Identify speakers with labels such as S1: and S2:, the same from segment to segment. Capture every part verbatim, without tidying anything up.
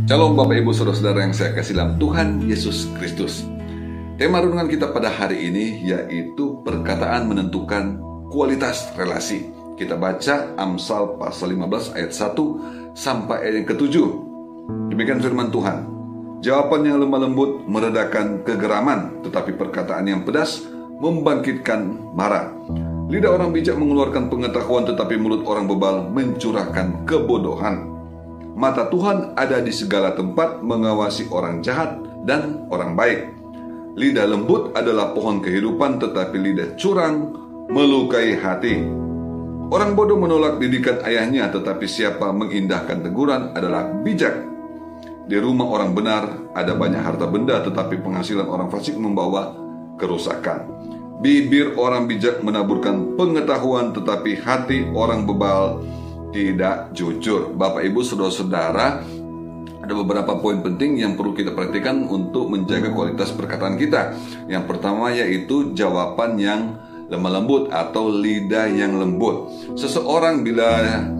S1: Shalom Bapak Ibu Saudara-saudara yang saya kasih dalam Tuhan Yesus Kristus. Tema renungan kita pada hari ini yaitu perkataan menentukan kualitas relasi. Kita baca Amsal pasal lima belas ayat satu sampai ayat yang ketujuh. Demikian firman Tuhan. Jawaban yang lemah lembut meredakan kegeraman, tetapi perkataan yang pedas membangkitkan marah. Lidah orang bijak mengeluarkan pengetahuan, tetapi mulut orang bebal mencurahkan kebodohan. Mata Tuhan ada di segala tempat, mengawasi orang jahat dan orang baik. Lidah lembut adalah pohon kehidupan, tetapi lidah curang melukai hati. Orang bodoh menolak didikan ayahnya, tetapi siapa mengindahkan teguran adalah bijak. Di rumah orang benar ada banyak harta benda, tetapi penghasilan orang fasik membawa kerusakan. Bibir orang bijak menaburkan pengetahuan, tetapi hati orang bebal tidak jujur. Bapak Ibu Saudara-saudara, ada beberapa poin penting yang perlu kita perhatikan untuk menjaga kualitas perkataan kita. Yang pertama yaitu jawaban yang lemah lembut atau lidah yang lembut. Seseorang bila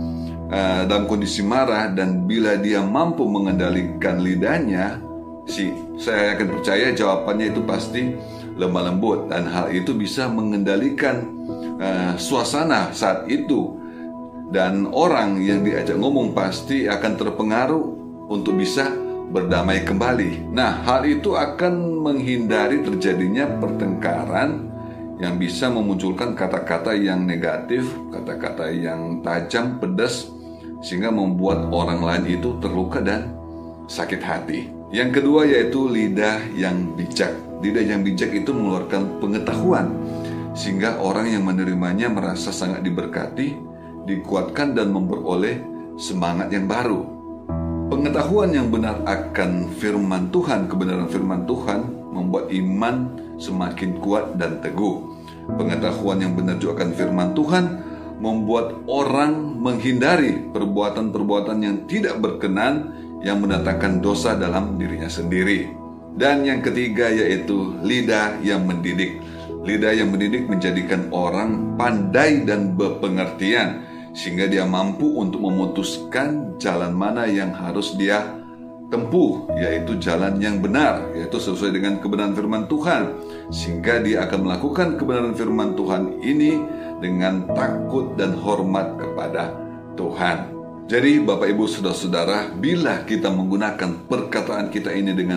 S1: uh, dalam kondisi marah dan bila dia mampu mengendalikan lidahnya, si saya akan percaya jawabannya itu pasti lemah lembut, dan hal itu bisa mengendalikan uh, suasana saat itu. Dan orang yang diajak ngomong pasti akan terpengaruh untuk bisa berdamai kembali. Nah, hal itu akan menghindari terjadinya pertengkaran yang bisa memunculkan kata-kata yang negatif, kata-kata yang tajam, pedas, sehingga membuat orang lain itu terluka dan sakit hati. Yang kedua yaitu lidah yang bijak. Lidah yang bijak itu mengeluarkan pengetahuan, sehingga orang yang menerimanya merasa sangat diberkati, dikuatkan dan memperoleh semangat yang baru. Pengetahuan yang benar akan firman Tuhan, kebenaran firman Tuhan membuat iman semakin kuat dan teguh. Pengetahuan yang benar juga akan firman Tuhan membuat orang menghindari perbuatan-perbuatan yang tidak berkenan yang mendatangkan dosa dalam dirinya sendiri. Dan yang ketiga yaitu lidah yang mendidik. Lidah yang mendidik menjadikan orang pandai dan berpengertian, sehingga dia mampu untuk memutuskan jalan mana yang harus dia tempuh, yaitu jalan yang benar, yaitu sesuai dengan kebenaran firman Tuhan, sehingga dia akan melakukan kebenaran firman Tuhan ini dengan takut dan hormat kepada Tuhan. Jadi Bapak Ibu Saudara-saudara, bila kita menggunakan perkataan kita ini dengan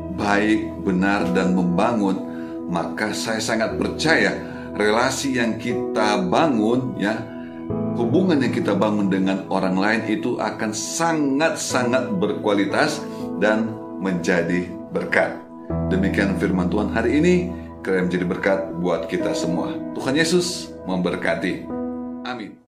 S1: baik, benar, dan membangun, maka saya sangat percaya relasi yang kita bangun, ya, hubungan yang kita bangun dengan orang lain itu akan sangat-sangat berkualitas dan menjadi berkat. Demikian firman Tuhan hari ini, kiranya menjadi berkat buat kita semua. Tuhan Yesus memberkati. Amin.